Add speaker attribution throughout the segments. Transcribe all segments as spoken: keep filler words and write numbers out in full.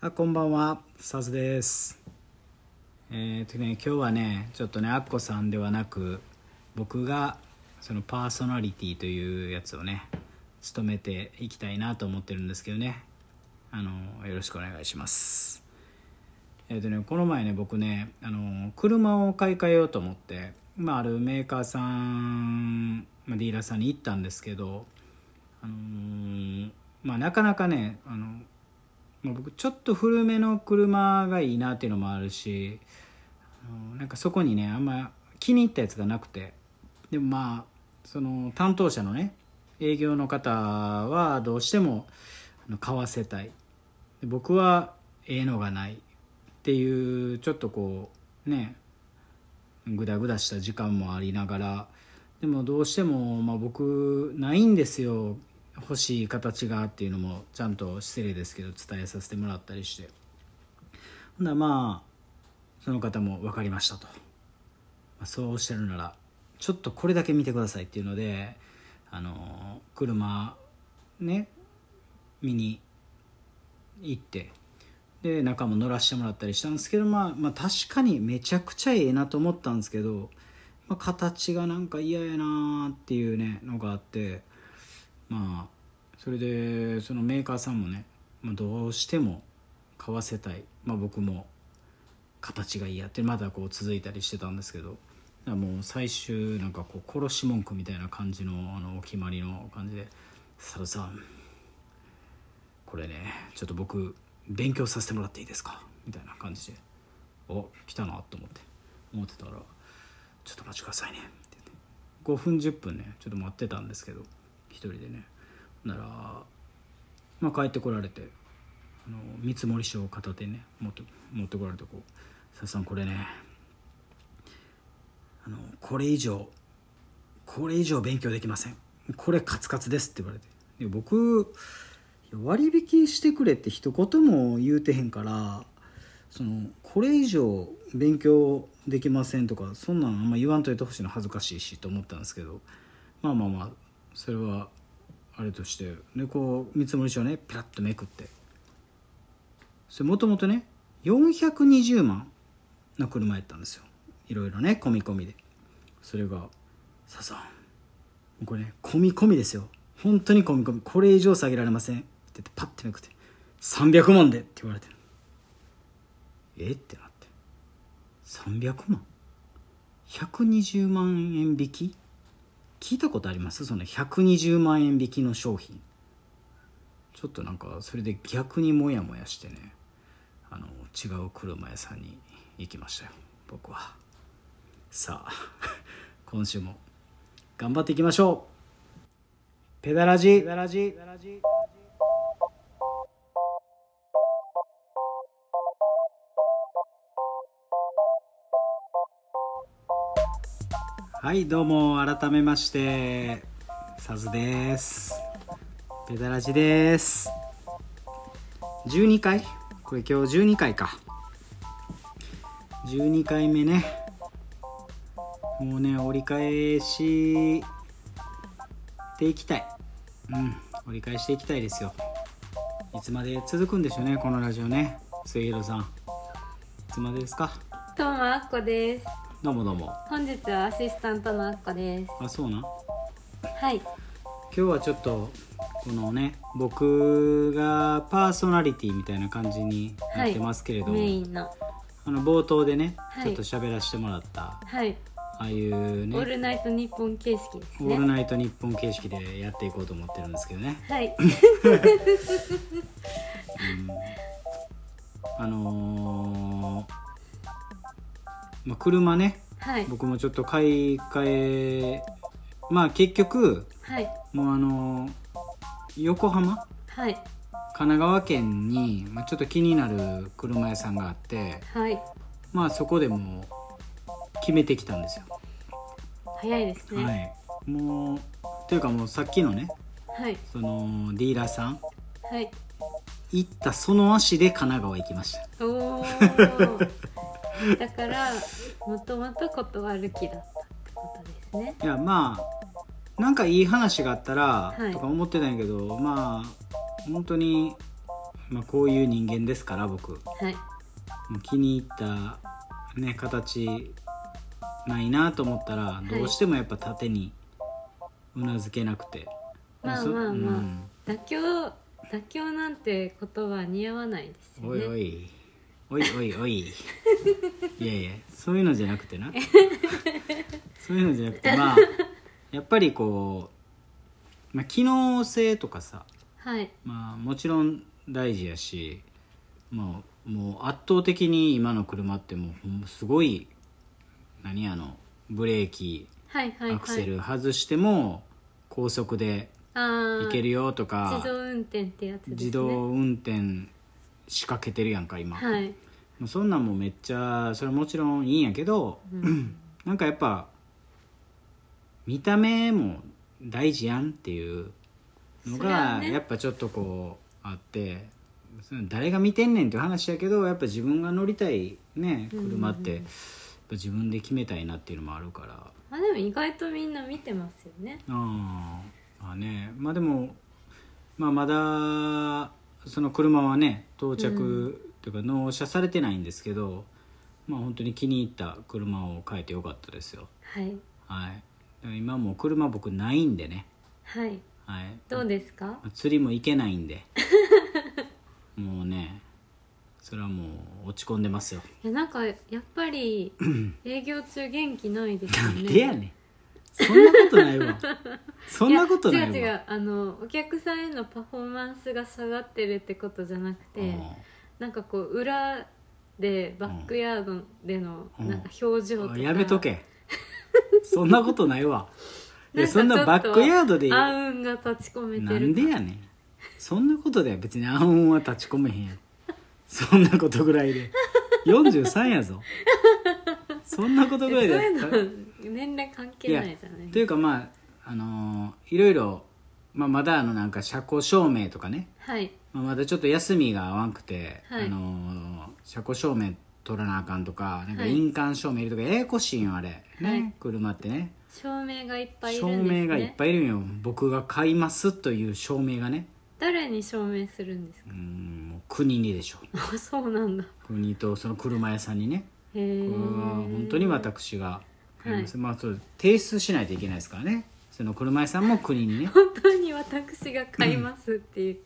Speaker 1: あ、こんばんは、サズです。えーとね、今日はね、ちょっとね、アッコさんではなく、僕がそのパーソナリティというやつをね、務めていきたいなと思ってるんですけどね、あのよろしくお願いします。えーとね、この前ね、僕ね、あの車を買い替えようと思って、まあ、あるメーカーさん、まあ、ディーラーさんに行ったんですけど、あのーまあ、なかなかね、あの僕ちょっと古めの車がいいなっていうのもあるし、あのなんかそこにねあんま気に入ったやつがなくて、でもまあその担当者のね営業の方はどうしても買わせたい、で僕はええのがないっていう、ちょっとこうねグダグダした時間もありながら、でもどうしても、まあ、僕ないんですよ、欲しい形がっていうのもちゃんと失礼ですけど伝えさせてもらったりして、ほんならまあその方も分かりましたと、まあ、そうおっしゃるならちょっとこれだけ見てくださいっていうので、あの車ね見に行って、で中も乗らせてもらったりしたんですけど、まあ、まあ確かにめちゃくちゃええなと思ったんですけど、まあ、形がなんか嫌やなっていうねのがあって、まあそれでそのメーカーさんもね、まあ、どうしても買わせたい、まあ、僕も形がいいやってまだこう続いたりしてたんですけど、もう最終なんかこう殺し文句みたいな感じのあのお決まりの感じで、サルさんこれねちょっと僕勉強させてもらっていいですかみたいな感じで、お来たなと思って思ってたら、ちょっと待ちくださいねって言ってごふんじゅっぷんねちょっと待ってたんですけど、一人でねなら、まあ、帰ってこられて、あの見積書を片手にね持って持ってこられて、こう「佐々さんこれねあのこれ以上これ以上勉強できません、これカツカツです」って言われて、で僕割引してくれって一言も言うてへんから、そのこれ以上勉強できませんとかそんなんあんま言わんといてほしいの恥ずかしいしと思ったんですけど、まあまあまあそれはあれとして、でこう見積書をねピラッとめくって、それもともとねよんひゃくにじゅうまんの車やったんですよ、いろいろね込み込みで。それが「ささんこれね込み込みですよ、本当に込み込み、これ以上下げられません」って言ってパッてめくって「さんびゃくまんで」って言われてる。えってなって、さんびゃくまんひゃくにじゅうまんえん引き聞いたことあります？そのひゃくにじゅうまんえん引きの商品。ちょっとなんかそれで逆にモヤモヤしてね、あの違う車屋さんに行きましたよ僕は。さあ今週も頑張っていきましょう。ペダラジペダラジはい、どうも改めましてサズです。ペダラジです。じゅうにかい、これ今日じゅうにかいか、じゅうにかいめね。もうね折り返していきたい、うん折り返していきたいですよ。いつまで続くんでしょうねこのラジオね。末広さんいつまでですか？
Speaker 2: どうもあっこです。
Speaker 1: どうもどうも。
Speaker 2: 本日はアシスタントのあっこです。
Speaker 1: あ、そうな。
Speaker 2: はい。
Speaker 1: 今日はちょっとこのね僕がパーソナリティみたいな感じになってますけれども、
Speaker 2: はい、メインの
Speaker 1: あの冒頭でね、
Speaker 2: はい、
Speaker 1: ちょっと喋らせてもらった
Speaker 2: はい
Speaker 1: ああいうね
Speaker 2: オールナイトニッポン形式ですね。
Speaker 1: オールナイトニッポン形式でやっていこうと思ってるんですけどね。
Speaker 2: はい、
Speaker 1: うん、あのーまあ、車ね、
Speaker 2: はい、
Speaker 1: 僕もちょっと買い替え、まあ結局、
Speaker 2: はい、
Speaker 1: もうあのー横浜、
Speaker 2: はい、
Speaker 1: 神奈川県に、まあ、ちょっと気になる車屋さんがあって、
Speaker 2: はい、
Speaker 1: まあそこでもう決めてきたんですよ。
Speaker 2: 早いですね。
Speaker 1: はい、もうというかもうさっきのね、
Speaker 2: はい、
Speaker 1: そのディーラーさん、
Speaker 2: はい、
Speaker 1: 行ったその足で神奈川行きました。
Speaker 2: おーだからもともと断る気だったってことですね。
Speaker 1: いやまあなんかいい話があったら、
Speaker 2: はい、
Speaker 1: とか思ってたんやけど、まあ本当にまあ、こういう人間ですから僕
Speaker 2: はい
Speaker 1: もう気に入った、ね、形ないなと思ったらどうしてもやっぱ縦にうなずけなくて、
Speaker 2: まあ
Speaker 1: そ
Speaker 2: まあまあ、
Speaker 1: うん
Speaker 2: 妥協妥協なんて言葉似合わないですよ
Speaker 1: おい
Speaker 2: ね。
Speaker 1: おいおいおいおいいやいやそういうのじゃなくてなそういうのじゃなくてまあやっぱりこう、まあ、機能性とかさ、
Speaker 2: はい
Speaker 1: まあ、もちろん大事やし、もう、もう圧倒的に今の車ってもうほんますごい何あのブレーキ
Speaker 2: はいはいはい
Speaker 1: アクセル外しても高速で
Speaker 2: あ
Speaker 1: いけるよとか、
Speaker 2: 自動運転ってやつですね。
Speaker 1: 自動運転仕掛けてるやんか今、
Speaker 2: はい、
Speaker 1: もうそんなんもめっちゃそれはもちろんいいんやけど、
Speaker 2: うん、
Speaker 1: なんかやっぱ見た目も大事やんっていうの
Speaker 2: それはね
Speaker 1: がやっぱちょっとこうあって、その誰が見てんねんっていう話やけど、やっぱ自分が乗りたいね車ってやっぱ自分で決めたいなっていうのもあるから、
Speaker 2: あでも意外とみんな見てますよね。
Speaker 1: あーまあね、まあでも、まあ、まだその車はね到着というか納車されてないんですけど、まあ本当に気に入った車を買えてよかったですよ。
Speaker 2: はい
Speaker 1: はい、だから今もう車僕ないんでね、
Speaker 2: はい
Speaker 1: はい、
Speaker 2: どうですか？
Speaker 1: 釣りも行けないんでもうねそれはもう落ち込んでますよ。
Speaker 2: いやなんかやっぱり営業中元気ないですよね。
Speaker 1: なんでやねん、そんなことないわそんなことないわ。
Speaker 2: や違う違う、あのお客さんへのパフォーマンスが下がってるってことじゃなくて、なんかこう裏でバックヤードでの
Speaker 1: うん
Speaker 2: なんか表情とか、
Speaker 1: やめとけそんなことないわ。いや
Speaker 2: なんかちょっと
Speaker 1: そんなバックヤードで
Speaker 2: 暗雲が立ち込めてる
Speaker 1: なんでやねん、そんなことで別に暗雲は立ち込めへんやんそんなことぐらいでよんじゅうさんやぞそんなことぐらいで
Speaker 2: そういうの年齢関係ないじゃない
Speaker 1: というかまああのーいろいろ、まあ、まだあのなんか車庫証明とかね、
Speaker 2: はい
Speaker 1: まあ、まだちょっと休みが合わんくて、
Speaker 2: はい
Speaker 1: あのー車庫証明取らなあかんとか、なんか
Speaker 2: はい
Speaker 1: 印鑑証明いるとかややこしいんよあれね、
Speaker 2: はい
Speaker 1: 車ってね
Speaker 2: 照明がいっぱいいる
Speaker 1: 証
Speaker 2: んですね。
Speaker 1: 明がいっぱいいるんよ。僕が買いますという証明がね、
Speaker 2: 誰に証明するんです
Speaker 1: う
Speaker 2: か？
Speaker 1: んもう国にでしょ
Speaker 2: あそうなんだ。
Speaker 1: 国とその車屋さんにね、
Speaker 2: へえ。
Speaker 1: これは本当に私が買います、まあそう提出しないといけないですからね、その車屋さんも国にね
Speaker 2: 本当に私が買いますっていう。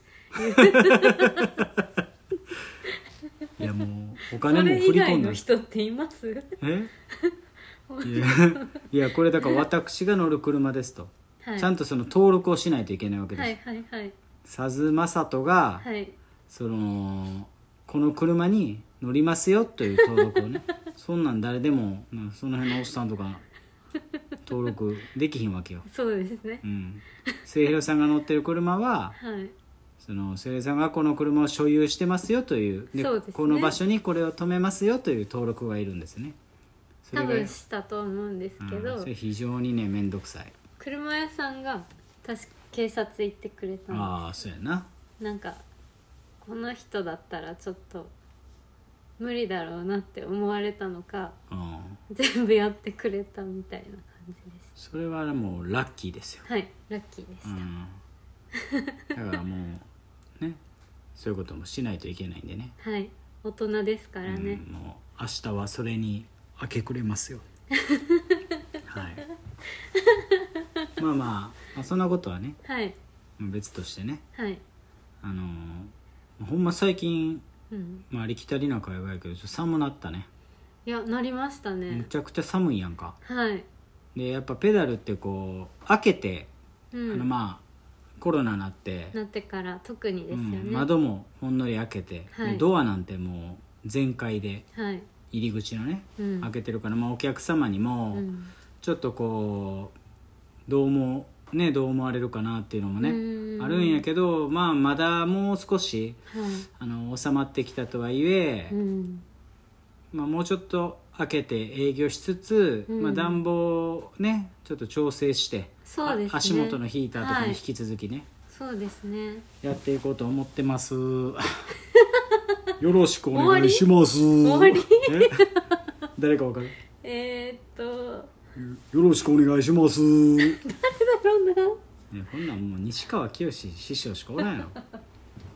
Speaker 1: いやもうお
Speaker 2: そ
Speaker 1: 金も
Speaker 2: れ以外の
Speaker 1: 振り込んだ
Speaker 2: 人っています？
Speaker 1: えいやいやこれだから私が乗る車ですと、
Speaker 2: はい、
Speaker 1: ちゃんとその登録をしないといけないわけです、
Speaker 2: はいはいはい
Speaker 1: 佐津正人が、
Speaker 2: はい。
Speaker 1: そのこの車に乗りますよという登録をねそんなん誰でもなその辺のおっさんとか登録できひんわけよ、
Speaker 2: そうですね
Speaker 1: う。ん、末広さんが乗ってる車は
Speaker 2: はい
Speaker 1: その末広さんがこの車を所有してますよというで
Speaker 2: そうですね
Speaker 1: この場所にこれを止めますよという登録がいるんですね。それが
Speaker 2: 多分したと思うんですけど、
Speaker 1: うん、それ非常にね面倒くさい。
Speaker 2: 車屋さんが確か警察行ってくれたん
Speaker 1: ああそうやな、
Speaker 2: です。なんかこの人だったらちょっと無理だろうなって思われたのか、
Speaker 1: うん、
Speaker 2: 全部やってくれたみたいな感じです。
Speaker 1: それはもうラッキーですよ、
Speaker 2: はいラッキーでし
Speaker 1: うん、だからもうねそういうこともしないといけないんでね、
Speaker 2: た。はい大人ですからね。
Speaker 1: うん、もう明日はそれに明け暮れますよはいまあまあ、まあ、そんなことはね
Speaker 2: はい
Speaker 1: 別としてね、
Speaker 2: はい。
Speaker 1: あのー、ほんま最近、
Speaker 2: うん。
Speaker 1: まあ、ありきたりな会話やけどちょっと寒なったね、
Speaker 2: いやなりました
Speaker 1: む
Speaker 2: ね。
Speaker 1: ちゃくちゃ寒いやんか。
Speaker 2: はい。
Speaker 1: でやっぱペダルってこう開けて、
Speaker 2: うん。
Speaker 1: あのまあコロナになって、
Speaker 2: なってから特にですよね。
Speaker 1: うん、窓もほんのり開けて、
Speaker 2: はい
Speaker 1: でドアなんてもう全開で
Speaker 2: はい。
Speaker 1: 入り口のね、
Speaker 2: うん。
Speaker 1: 開けてるから、まあ、お客様にも
Speaker 2: うん。
Speaker 1: ちょっとこうどうもねどう思われるかなっていうのもね、
Speaker 2: うん
Speaker 1: あるんやけど、まあ、まだもう少し
Speaker 2: はい。
Speaker 1: あの収まってきたとはいえ、
Speaker 2: うん。
Speaker 1: まあ、もうちょっと開けて営業しつつ、
Speaker 2: うん
Speaker 1: まあ、暖房をねちょっと調整して
Speaker 2: そうですね。
Speaker 1: あ足元のヒーターとか
Speaker 2: はい
Speaker 1: に引き続きね、
Speaker 2: そうですね。
Speaker 1: やっていこうと思ってますよろしくお願いします。
Speaker 2: 終わり
Speaker 1: え誰かわかる？
Speaker 2: えー、っと
Speaker 1: よろしくお願いします。ね、
Speaker 2: だろうな。
Speaker 1: こんなんもう西川きよし師匠しかおらんやろ。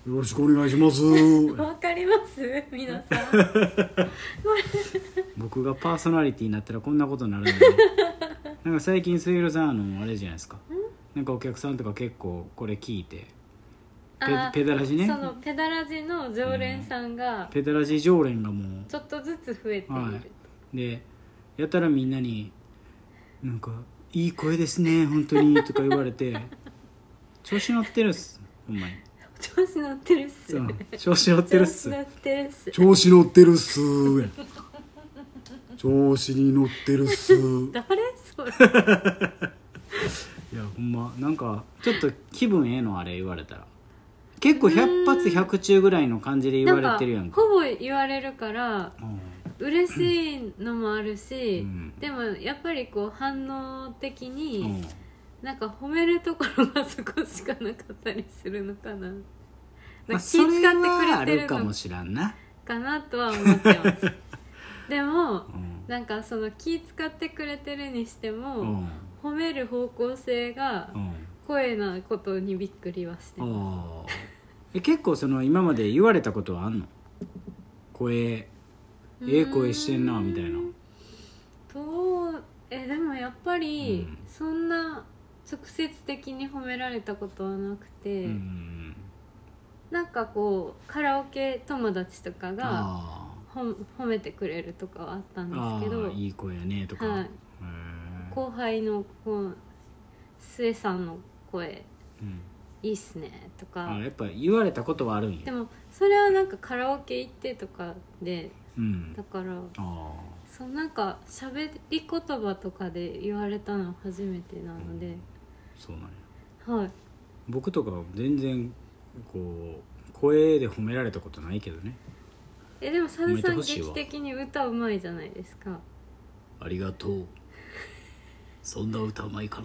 Speaker 1: よろしくお願いします
Speaker 2: わかります皆さん
Speaker 1: 僕がパーソナリティになったらこんなことになるんでなんか最近末広さんあのあれじゃないですか、なんかお客さんとか結構これ聞いてペ, ペダラジね、
Speaker 2: そのペダラジの常連さんが、
Speaker 1: うん、ペダラジ常連がもう
Speaker 2: ちょっとずつ増えている、
Speaker 1: はい、でやたらみんなになんかいい声ですね本当にとか言われて調子乗ってるっすほんまに
Speaker 2: 調子乗ってるっす
Speaker 1: 調子乗ってるっす
Speaker 2: 調子乗ってるっす
Speaker 1: 調子乗ってるっす調子に乗ってるっす
Speaker 2: 誰それ
Speaker 1: いやほんまなんかちょっと気分ええのあれ言われたら結構百発百中ぐらいの感じで言われてるやんか
Speaker 2: ほぼ言われるから嬉しいのもあるし、うん、でもやっぱりこう反応的に、うん、なんか褒めるところがそこしかなかったりするのかな、
Speaker 1: まあ、それはあるかもしらんな
Speaker 2: かなとは思ってますでも、うん、なんかその気使ってくれてるにしても、うん、褒める方向性が声なことにびっくりはしてます、
Speaker 1: え結構その今まで言われたことはあんの？声ええ声してんなみたいな。
Speaker 2: どうえでもやっぱり、うん、そんな直接的に褒められたことはなくて、うん、なんかこうカラオケ友達とかがほ褒めてくれるとかはあったんですけど、
Speaker 1: いい声やねとか、
Speaker 2: はい、後輩のこう末さんの声、うんいいっすねとか、
Speaker 1: あやっぱ言われたことはあるんや。
Speaker 2: でもそれはなんかカラオケ行ってとかで、うん、だから
Speaker 1: あ
Speaker 2: そうなんか喋り言葉とかで言われたのは初めてなので、うん、
Speaker 1: そうなんや。
Speaker 2: はい
Speaker 1: 僕とか全然こう声で褒められたことないけどね。
Speaker 2: えでもサルさん劇的に歌うまいじゃないですか。
Speaker 1: ありがとうそんな歌うまいかな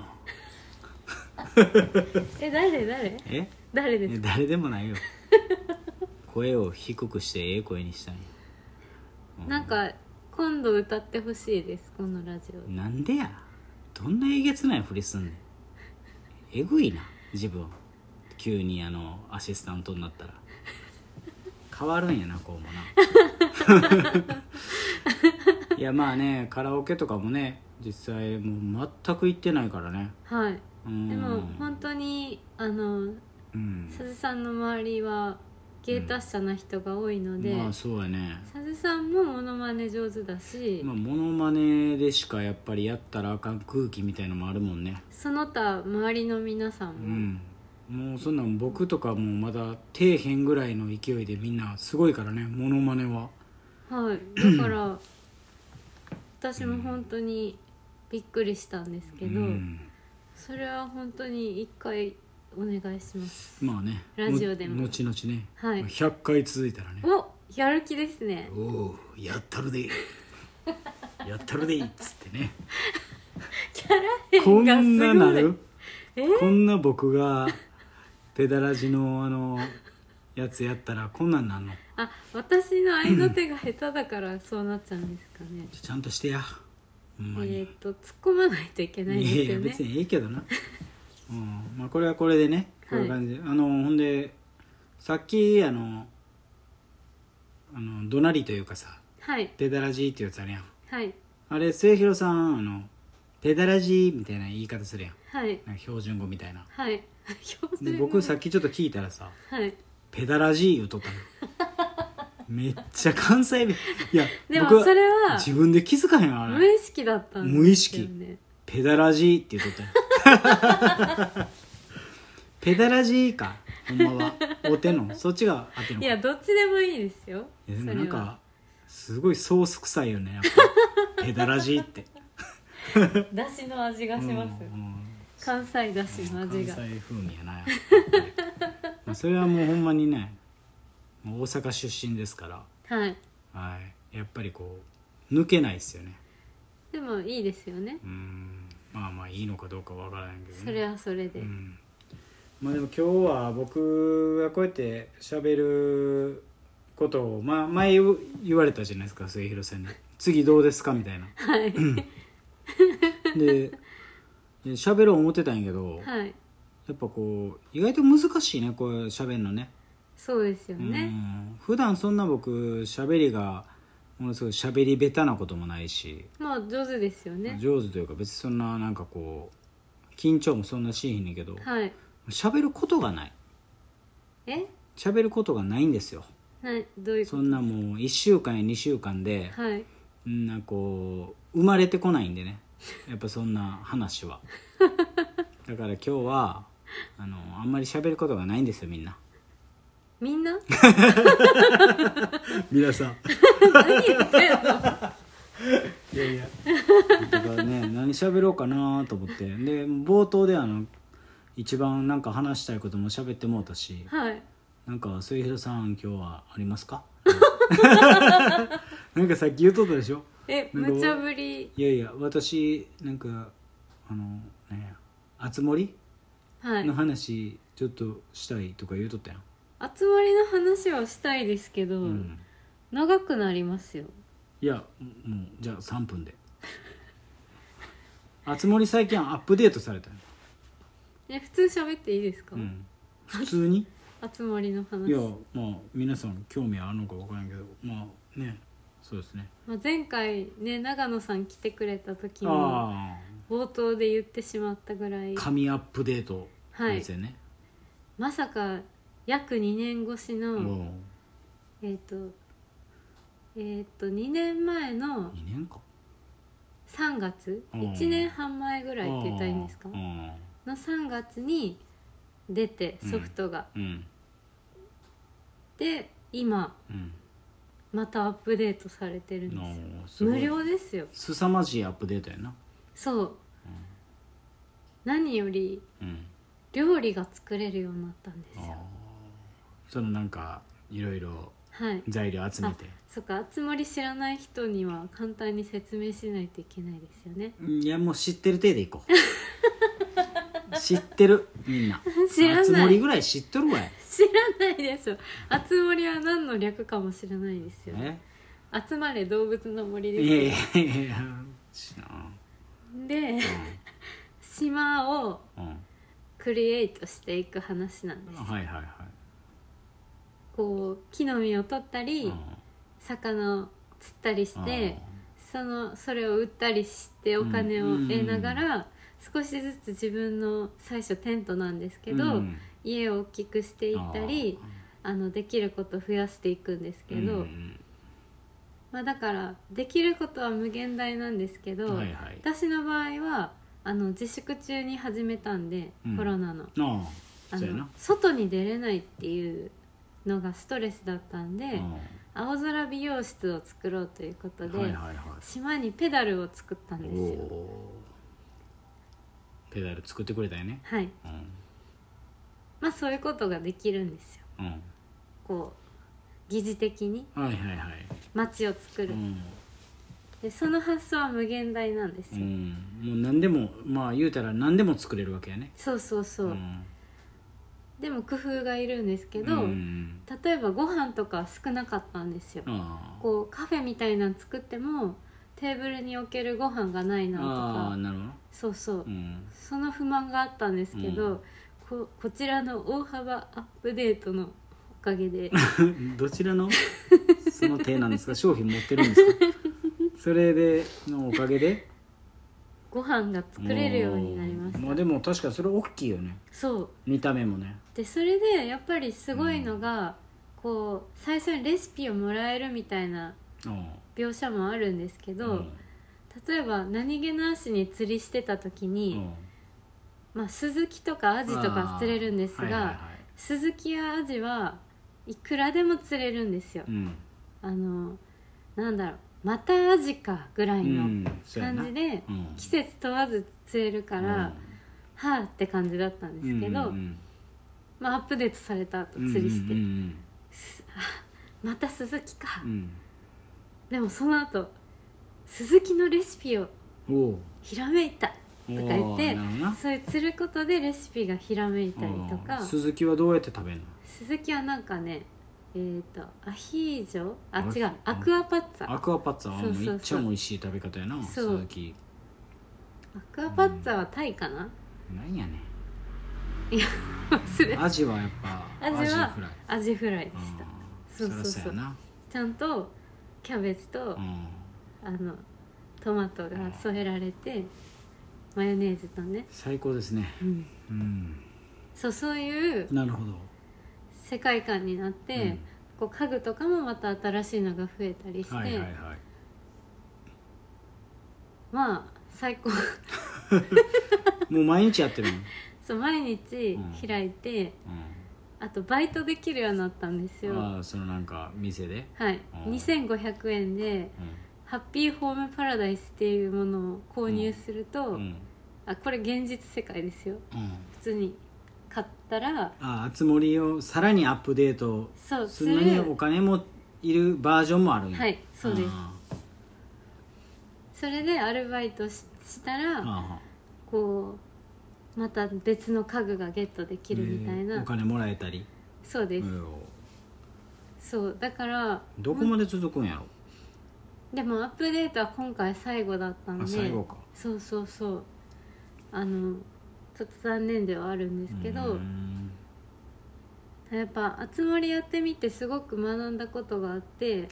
Speaker 2: え誰誰
Speaker 1: え
Speaker 2: 誰ですか？
Speaker 1: 誰でもないよ声を低くしてええ声にしたい、
Speaker 2: うん、なんか今度歌ってほしいですこのラジオ。
Speaker 1: なんでやどんなえげつないふりすんねんえぐいな自分急にあのアシスタントになったら変わるんやなこうもないやまあねカラオケとかもね実際もう全く行ってないからね。
Speaker 2: はいでも本当にあの、うん、さずさんの周りは芸達者な人が多いので、
Speaker 1: うん、まあそうやね。
Speaker 2: さずさんもモノマネ上手だし、
Speaker 1: まあ、モノマネでしかやっぱりやったらあかん空気みたいのもあるもんね。
Speaker 2: その他周りの皆さんも、うん、
Speaker 1: もうそんなん僕とかもまだ底辺ぐらいの勢いでみんなすごいからねモノマネは。
Speaker 2: はいだから私も本当にびっくりしたんですけど、うんそれは本当に一回お願いします。
Speaker 1: まあね
Speaker 2: ラジオでも
Speaker 1: 後々ね、
Speaker 2: はい、
Speaker 1: ひゃっかい続いたらね
Speaker 2: おやる気ですね。
Speaker 1: おおやったるでやったるでっつってね
Speaker 2: キャラ変がすごい。こんななる、
Speaker 1: えー、こんな僕がペダラジのあのやつやったらこんなんなんの。
Speaker 2: あ私の合いの手が下手だからそうなっちゃうんですかね
Speaker 1: ちゃんとしてや
Speaker 2: えー、と突っ込まないといけないですよね。いやいや
Speaker 1: 別にええけどな、うんまあ、これはこれでねこういう感じで、はい、あのほんでさっきあのあの怒鳴りというかさ、
Speaker 2: はい、
Speaker 1: ペダラジーってやつあるやん、
Speaker 2: はい、
Speaker 1: あれ末広さんあのペダラジーみたいな言い方するやん、
Speaker 2: はい、
Speaker 1: なんか標準語みたいな、
Speaker 2: はい、
Speaker 1: で僕さっきちょっと聞いたらさ、
Speaker 2: はい、
Speaker 1: ペダラジー言うとったのめっちゃ関西弁いや
Speaker 2: でもそれは
Speaker 1: 自分で気づかへんあれ
Speaker 2: 無意識だったんですよね。
Speaker 1: 無意識ペダラジーって言っとったよペダラジーかほんまはおてんのそっちが当てんのか。
Speaker 2: いやどっちでもいいですよ。
Speaker 1: いやでもなんかすごいソース臭いよねやっぱペダラジーって
Speaker 2: だしの味がします、うんうん、関西だしの味が
Speaker 1: 関西風味やなやっぱりそれはもうほんまにね大阪出身ですから、
Speaker 2: はい、
Speaker 1: はい、やっぱりこう抜けないですよね。
Speaker 2: でもいいですよね。
Speaker 1: うんまあまあいいのかどうかわからないけどね。
Speaker 2: それはそれで、
Speaker 1: うんまあ、でも今日は僕がこうやって喋ることを、まあ、前言われたじゃないですか末広さんに次どうですかみたいな、
Speaker 2: はい、
Speaker 1: で喋ろう思ってたんやけど、
Speaker 2: はい、
Speaker 1: やっぱこう意外と難しいねこう喋るのね。
Speaker 2: そうですよ
Speaker 1: う
Speaker 2: ね。
Speaker 1: ん普段そんな僕喋りがものすごい喋り下手なこともないし、
Speaker 2: まあ上手ですよね。
Speaker 1: 上手というか別にそんななんかこう緊張もそんなしへんねんけど、
Speaker 2: はい。
Speaker 1: 喋ることがない
Speaker 2: え
Speaker 1: 喋ることがないんですよ。
Speaker 2: はいどういうこと？
Speaker 1: そんなもういっしゅうかんやにしゅうかんで、
Speaker 2: はい。
Speaker 1: うんなんかこう生まれてこないんでね、やっぱそんな話はだから今日はあのあんまり喋ることがないんですよみんな
Speaker 2: みんな
Speaker 1: 皆さん
Speaker 2: 何言ってんの？
Speaker 1: いやいやだからね何喋ろうかなと思ってで冒頭であの一番なんか話したいことも喋ってもうたし、
Speaker 2: はい。
Speaker 1: なんか末広さん今日はありますかなんかさっき言っとったでしょ。
Speaker 2: え
Speaker 1: なんか
Speaker 2: 無茶ぶり。
Speaker 1: いやいや私なんかあのねあつ森
Speaker 2: はい
Speaker 1: の。話ちょっとしたいとか言うとったやん、
Speaker 2: 集まりの話はしたいですけど、
Speaker 1: うん、
Speaker 2: 長くなりますよ。
Speaker 1: いやもうじゃあさんぷんであつ森最近アップデートされたよ、
Speaker 2: え普通喋っていいですか？
Speaker 1: うん、普通に
Speaker 2: 集まりの話。
Speaker 1: いやまあ皆さん興味あるのか分からんけどまあねそうですね。
Speaker 2: まあ、前回ね長野さん来てくれた時に
Speaker 1: あ
Speaker 2: 冒頭で言ってしまったぐらい
Speaker 1: あ神アップデートですよね、
Speaker 2: まさか約にねん越しの
Speaker 1: も
Speaker 2: えっ、とえっ、とにねんまえの
Speaker 1: うにねんか
Speaker 2: さんがつ
Speaker 1: うん
Speaker 2: いちねんはん前ぐらいって言ったらいいんですか
Speaker 1: うん
Speaker 2: のさんがつに出てソフトが、
Speaker 1: うん
Speaker 2: で今
Speaker 1: うん
Speaker 2: またアップデートされてるんですよ。
Speaker 1: のすごい
Speaker 2: 無料ですよ。
Speaker 1: 凄まじいアップデートやな、
Speaker 2: そう、何より
Speaker 1: うん、
Speaker 2: 料理が作れるようになったんですよ。
Speaker 1: あそのなんかいろいろ
Speaker 2: はい。
Speaker 1: 材料集めて、
Speaker 2: そっか、つもり知らない人には簡単に説明しないといけないですよね。
Speaker 1: いやもう知ってる体でいこう知ってるみんな
Speaker 2: 知らない
Speaker 1: あつ森ぐらい知っとるわい
Speaker 2: 知らないですよ。あつ森は何の略かも知らないですよ。
Speaker 1: え
Speaker 2: 集まれ動物の森
Speaker 1: いやい
Speaker 2: です
Speaker 1: やいやいや知らん
Speaker 2: よ。で、島を
Speaker 1: うんうん
Speaker 2: クリエイトしていく話なんです。
Speaker 1: はいはいはい
Speaker 2: こう木の実を取ったり、
Speaker 1: うん
Speaker 2: 魚を釣ったりして、そのそれを売ったりしてお金を得ながら、少しずつ自分の最初テントなんですけど、
Speaker 1: うん
Speaker 2: 家を大きくしていったり、あのできることを増やしていくんですけど、
Speaker 1: うん
Speaker 2: まあ、だからできることは無限大なんですけど、
Speaker 1: はいはい
Speaker 2: 私の場合はあの自粛中に始めたんで、
Speaker 1: うん
Speaker 2: コロナの
Speaker 1: ああ
Speaker 2: あの
Speaker 1: そうやな
Speaker 2: 外に出れないっていうのがストレスだったんで、
Speaker 1: うん
Speaker 2: 青空美容室を作ろうということで、
Speaker 1: はいはいはい
Speaker 2: 島にペダルを作ったんですよ。
Speaker 1: おーペダル作ってくれたよね
Speaker 2: はい。
Speaker 1: うん
Speaker 2: まあそういうことができるんですよ。
Speaker 1: うん
Speaker 2: こう疑似的に
Speaker 1: はいはいはい
Speaker 2: 街を作る、
Speaker 1: うん
Speaker 2: でその発想は無限大なんですよ、
Speaker 1: うんもう何でもまあ言うたら何でも作れるわけやね
Speaker 2: そうそうそう、
Speaker 1: ん
Speaker 2: でも工夫がいるんですけど、
Speaker 1: うん
Speaker 2: 例えばご飯とか少なかったんですよ。
Speaker 1: あ
Speaker 2: こうカフェみたいなの作ってもテーブルに置けるご飯がないなと
Speaker 1: あああ
Speaker 2: か、
Speaker 1: なるほど
Speaker 2: そうそう、
Speaker 1: うん
Speaker 2: その不満があったんですけど、
Speaker 1: うん
Speaker 2: ここちらの大幅アップデートのおかげで
Speaker 1: どちらのその手なんですか商品持ってるんですかそれでのおかげで
Speaker 2: ご飯が作れるようになりました。
Speaker 1: まあでも確かにそれ大きいよね
Speaker 2: そう
Speaker 1: 見た目もね
Speaker 2: でそれでやっぱりすごいのが、こう最初にレシピをもらえるみたいな
Speaker 1: うん
Speaker 2: 描写もあるんですけど、
Speaker 1: うん
Speaker 2: 例えば何気なしに釣りしてた時に、
Speaker 1: うん
Speaker 2: まあ、スズキとかアジとか釣れるんですが、
Speaker 1: はいはいはい
Speaker 2: スズキやアジはいくらでも釣れるんですよ、
Speaker 1: うん
Speaker 2: あのなんだろうまたアジかぐらいの
Speaker 1: うんそうやな
Speaker 2: 感じで、
Speaker 1: うん
Speaker 2: 季節問わず釣れるから、はあって感じだったんですけど、
Speaker 1: うんうん
Speaker 2: まあ、アップデートされた後釣りして、
Speaker 1: うんうん
Speaker 2: またスズキか、
Speaker 1: うんうん
Speaker 2: でもその後スズキのレシピを
Speaker 1: うんおう
Speaker 2: ひらめいたとか言って
Speaker 1: おーなるほどな
Speaker 2: そういう釣ることでレシピがひらめいたりとか、
Speaker 1: うん鈴木はどうやって食べるの
Speaker 2: スズキはなんかねえー、とアヒージョあ
Speaker 1: あ
Speaker 2: 違うアクアパッツァ
Speaker 1: アクアパッツァは
Speaker 2: そうそうそう
Speaker 1: めっちゃ美味しい食べ方やな
Speaker 2: そう
Speaker 1: 鈴木
Speaker 2: アクアパッツァはタイかな、
Speaker 1: なんやねん
Speaker 2: いや忘れ
Speaker 1: アジはやっぱ
Speaker 2: アジは
Speaker 1: フライ
Speaker 2: アジフライでした。そうそうそう。
Speaker 1: そりゃそうやな。
Speaker 2: ちゃんとキャベツと、
Speaker 1: うん、
Speaker 2: あのトマトが添えられて、マヨネーズとね、
Speaker 1: 最高ですね。
Speaker 2: うん、
Speaker 1: うん、
Speaker 2: そうそういう
Speaker 1: なるほど
Speaker 2: 世界観になって、うん、こう家具とかもまた新しいのが増えたりして、
Speaker 1: はいはいはい、
Speaker 2: まあ最高
Speaker 1: もう毎日やってるの？
Speaker 2: そう毎日開いて、うんうん、あとバイトできるようになったんですよ。
Speaker 1: ああ、そのなんか店で、
Speaker 2: はい、にせんごひゃくえんで、うん、ハッピーホームパラダイスっていうものを購入すると、うんうん、あこれ現実世界ですよ、うん、普通に買ったら
Speaker 1: あつ森をさらにアップデートするのにお金もいるバージョンもあるんや。
Speaker 2: はい、そうです。それでアルバイト し, したらこうまた別の家具がゲットできるみたいな、
Speaker 1: お金もらえたり。
Speaker 2: そうです、そうだから
Speaker 1: どこまで続くんやろ。
Speaker 2: でもアップデートは今回最後だったんで。
Speaker 1: あ、最後か。
Speaker 2: そうそうそう、あのちょっと残念ではあるんですけど、やっぱあつ森やってみてすごく学んだことがあって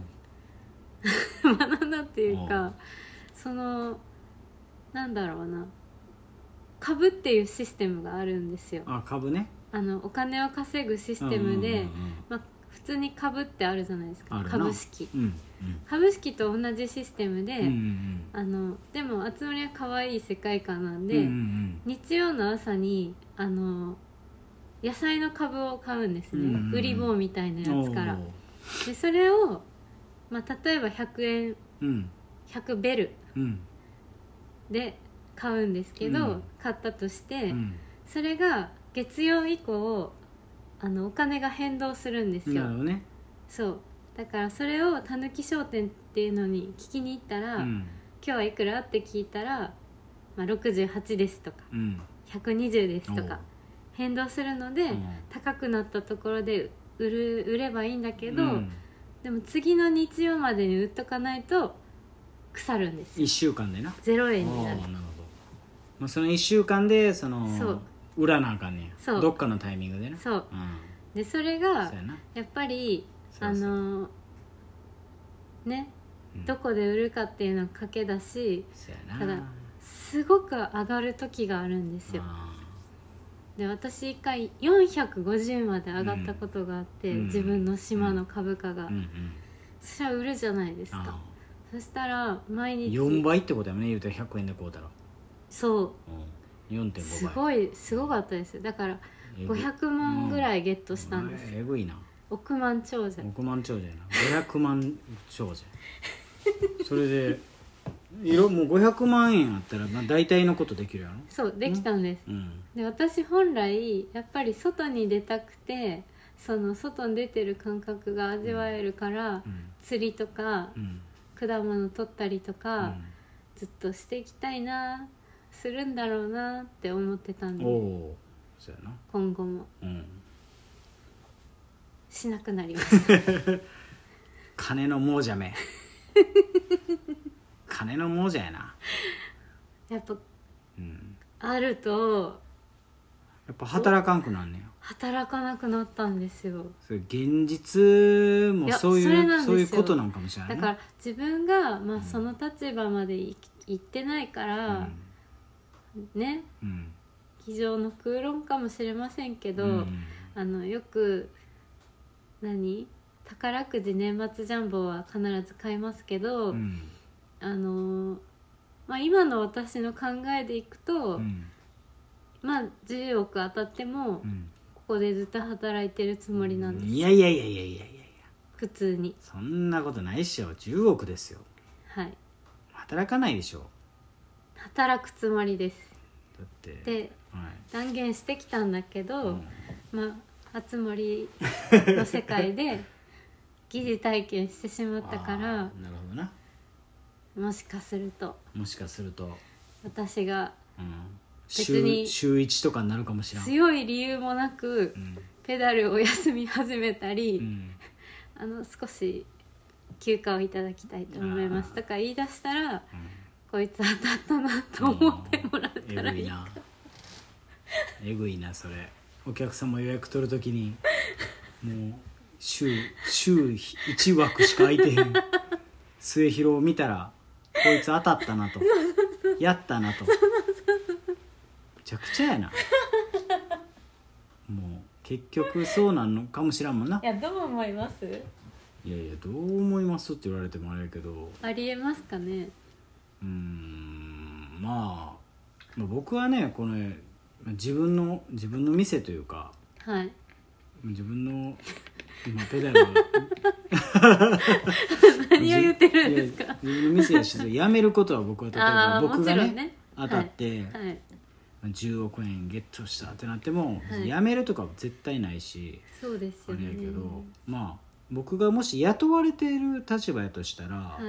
Speaker 2: 学んだっていうか、そのなんだろうな、株っていうシステムがあるんですよ。
Speaker 1: あ、株ね。
Speaker 2: あのお金を稼ぐシステムで、うんうんうん、まあ、普通に株ってあるじゃないですか、株式、うんうん、株式と同じシステムで、うんうん、あのでもあつ森は可愛い世界観なんで、うんうん、日曜の朝にあの野菜の株を買うんですね、うんうん、売り棒みたいなやつから。でそれを、まあ、例えばひゃくえん、うん、ひゃくベルで買うんですけど、うん、買ったとして、うん、それが月曜以降あのお金が変動するんですよ。
Speaker 1: なるほどね。
Speaker 2: そうだからそれをたぬき商店っていうのに聞きに行ったら、うん、今日はいくらって聞いたら、まあ、ろくじゅうはちですとか、うん、ひゃくにじゅうですとか変動するので、うん、高くなったところで売る、売ればいいんだけど、うん、でも次の日曜までに売っとかないと腐るんですよ。
Speaker 1: いっしゅうかんでな
Speaker 2: ゼロえんになる。
Speaker 1: なるほど、まあ、そのいっしゅうかんでそのそう売らなあかんねや。そうどっかのタイミングでね。
Speaker 2: そう、うん、でそれがやっぱりあのね、うん、どこで売るかっていうのは賭けだし、ただすごく上がる時があるんですよ。で私一回よんひゃくごじゅうまで上がったことがあって、うん、自分の島の株価が、うんうん、そしたら売るじゃないですか。そしたら毎日
Speaker 1: よんばいってことやもんね、言うたらひゃくえんで買うたら。
Speaker 2: そう、
Speaker 1: うん、よんてんごばい。
Speaker 2: すごいすごかったですよ。だからごひゃくまんぐらいゲットしたんですよ。
Speaker 1: えぐいな。
Speaker 2: 億万長者。
Speaker 1: 億万長者やな。ごひゃくまん長者それで色もうごひゃくまんえんあったら、まあ、大体のことできるやろ。
Speaker 2: そうできたんです、うん、で私本来やっぱり外に出たくて、その外に出てる感覚が味わえるから、うん、釣りとか、うん、果物取ったりとか、うん、ずっとしていきたいな、するんだろうなって思ってたんで、
Speaker 1: おそうやな、
Speaker 2: 今後も、うん、しなくなりました
Speaker 1: 金の亡者め金の亡者やな。
Speaker 2: やっぱ、うん、あると
Speaker 1: やっぱ働かんくなんねんよ。
Speaker 2: 働かなくなったんですよ。
Speaker 1: それ現実もそういうそういうことなんかもしれない、ね、
Speaker 2: だから自分が、まあ、その立場までい行ってないから、うん、ね、うん、机上の空論かもしれませんけど、うん、あのよく何宝くじ年末ジャンボは必ず買いますけど、うん、あのまあ、今の私の考えでいくと、うん、まあじゅうおく当たっても、うん、ここでずっと働いてるつもりなんです。
Speaker 1: いやいやいやいやいやいやいや
Speaker 2: 普通に
Speaker 1: そんなことないっしょ。じゅうおくですよ。
Speaker 2: はい、
Speaker 1: 働かないでしょ。
Speaker 2: 働くつもりです。
Speaker 1: だって
Speaker 2: で、はい、断言してきたんだけど、うん、まあ熱森の世界で疑似体験してしまったから
Speaker 1: なるほどな。
Speaker 2: もしかすると
Speaker 1: もしかすると
Speaker 2: 私が
Speaker 1: 別に週いちとかになるかもしれない。
Speaker 2: 強い理由もなく、うん、ペダルを休み始めたり、うん、あの少し休暇をいただきたいと思いますとか言い出したら、うん、こいつ当たったなと思ってもらったらいいか。
Speaker 1: えぐいなえぐいなそれ。 お客様予約取るときにもう週週いちわくしか空いてへん末広を見たらこいつ当たったなとやったなとめちゃくちゃやな。もう結局そうなんのかもしらんもんな。
Speaker 2: いやどう思います？
Speaker 1: いやいやどう思いますって言われてもあれやけど、
Speaker 2: ありえますかね。
Speaker 1: うーんまあ、まあ僕はねこの自分の自分の店というか、
Speaker 2: はい、
Speaker 1: 自分の今ペダル
Speaker 2: 何を言ってるんですか。
Speaker 1: 自分の店やし辞めることは僕は例えば僕が ね,
Speaker 2: ね
Speaker 1: 当たって、
Speaker 2: はいはい、
Speaker 1: じゅうおくえんゲットしたってなっても、
Speaker 2: はい、
Speaker 1: 辞めるとかは絶対ないし、
Speaker 2: そうですよね。
Speaker 1: あれやけど、まあ僕がもし雇われている立場やとしたら、
Speaker 2: はい、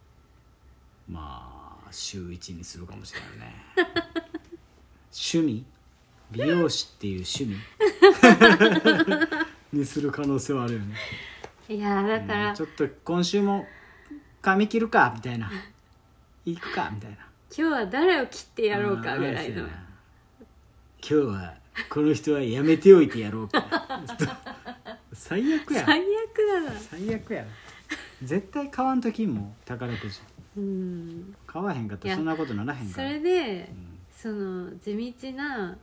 Speaker 1: まあ週いちにするかもしれないね趣味美容師っていう趣味にする可能性はあるよね。
Speaker 2: いやだから、
Speaker 1: うん、ちょっと今週も髪切るかみたいな行くかみたいな、
Speaker 2: 今日は誰を切ってやろうかぐらいの、
Speaker 1: 今日はこの人はやめておいてやろうか最悪や
Speaker 2: 最悪だな。
Speaker 1: 最悪や絶対買わんときも宝くじ、
Speaker 2: うん、
Speaker 1: 買わへんかったらそんなことならへんから。
Speaker 2: それで、
Speaker 1: うん、
Speaker 2: その地道な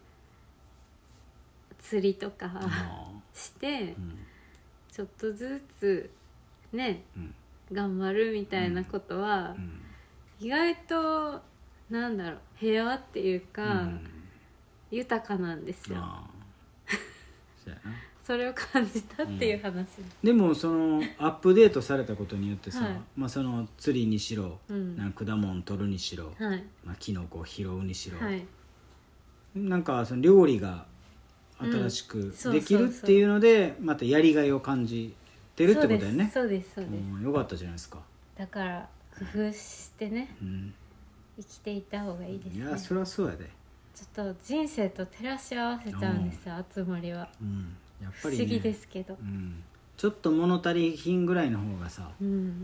Speaker 2: 釣りとかして、うん、ちょっとずつね、うん、頑張るみたいなことは、うん、意外となんだろう平和っていうか、うん、豊かなんですよ。そうやなそれを感じたっていう話、うん、
Speaker 1: でもそのアップデートされたことによってさ、はい、まあ、その釣りにしろ、うん、なんか果物取るにしろ、はい、まあ、キノコ拾うにしろ、はい、なんかその料理が新しくできるっていうのでまたやりがいを感じてるってことだよね。
Speaker 2: そうですそうです、
Speaker 1: うん、よかったじゃないですか。
Speaker 2: だから工夫してね、うん、生きていった方がいいですね。
Speaker 1: いやそりゃそうやで。
Speaker 2: ちょっと人生と照らし合わせちゃうんですよ、集まりは、うん、
Speaker 1: やっぱりね、
Speaker 2: 不思議ですけど、
Speaker 1: うん、ちょっと物足り品ぐらいの方がさ、うん、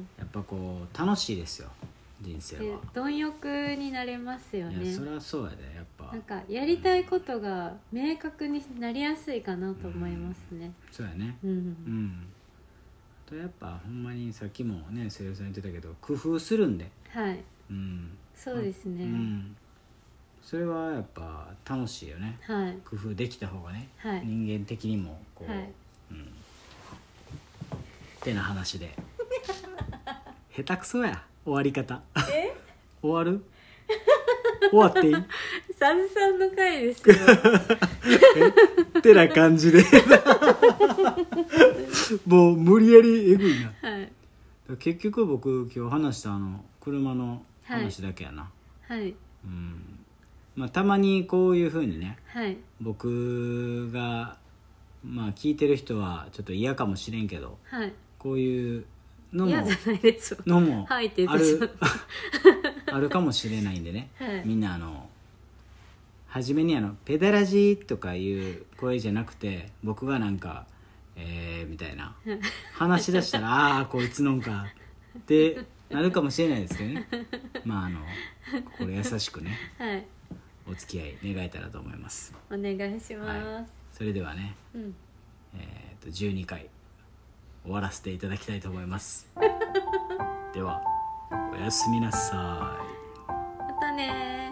Speaker 1: やっぱこう楽しいですよ人生は。
Speaker 2: 貪欲になれますよね。
Speaker 1: いやそりゃそうやで。やっぱ
Speaker 2: なんかやりたいことが明確になりやすいかなと思いますね、
Speaker 1: うん、そうやね、うん、うん、とやっぱほんまにさっきもねセイヨさん言ってたけど工夫するんで、はい、うん、そうですね、うん、それはやっぱ楽しいよね、はい、工夫できた方がね、はい、人間的にもこう、はい、うん、ってな話で下手くそや終わり方。え終わる終わっていい
Speaker 2: サズさんの回ですよ
Speaker 1: ってな感じでもう無理やりえぐいな、はい、結局僕今日話したあの車の話だけやな、はい、はい、うん、まあ、たまにこういう風にね、はい、僕がまあ聞いてる人はちょっと嫌かもしれんけど、はい、こういうのも
Speaker 2: 嫌じゃないでしょ
Speaker 1: のも
Speaker 2: ある
Speaker 1: あるかもしれないんでね、はい、みんなあの初めにあのペダラジとかいう声じゃなくて僕がなんかえーみたいな話し出したらああこいつのんかってなるかもしれないですけどね、まああの心優しくね、はい、お付き合い願えたらと思います。
Speaker 2: お願いします、はい、
Speaker 1: それではね、うん、えー、とじゅうにかい終わらせていただきたいと思いますではおやすみなさい。
Speaker 2: またね。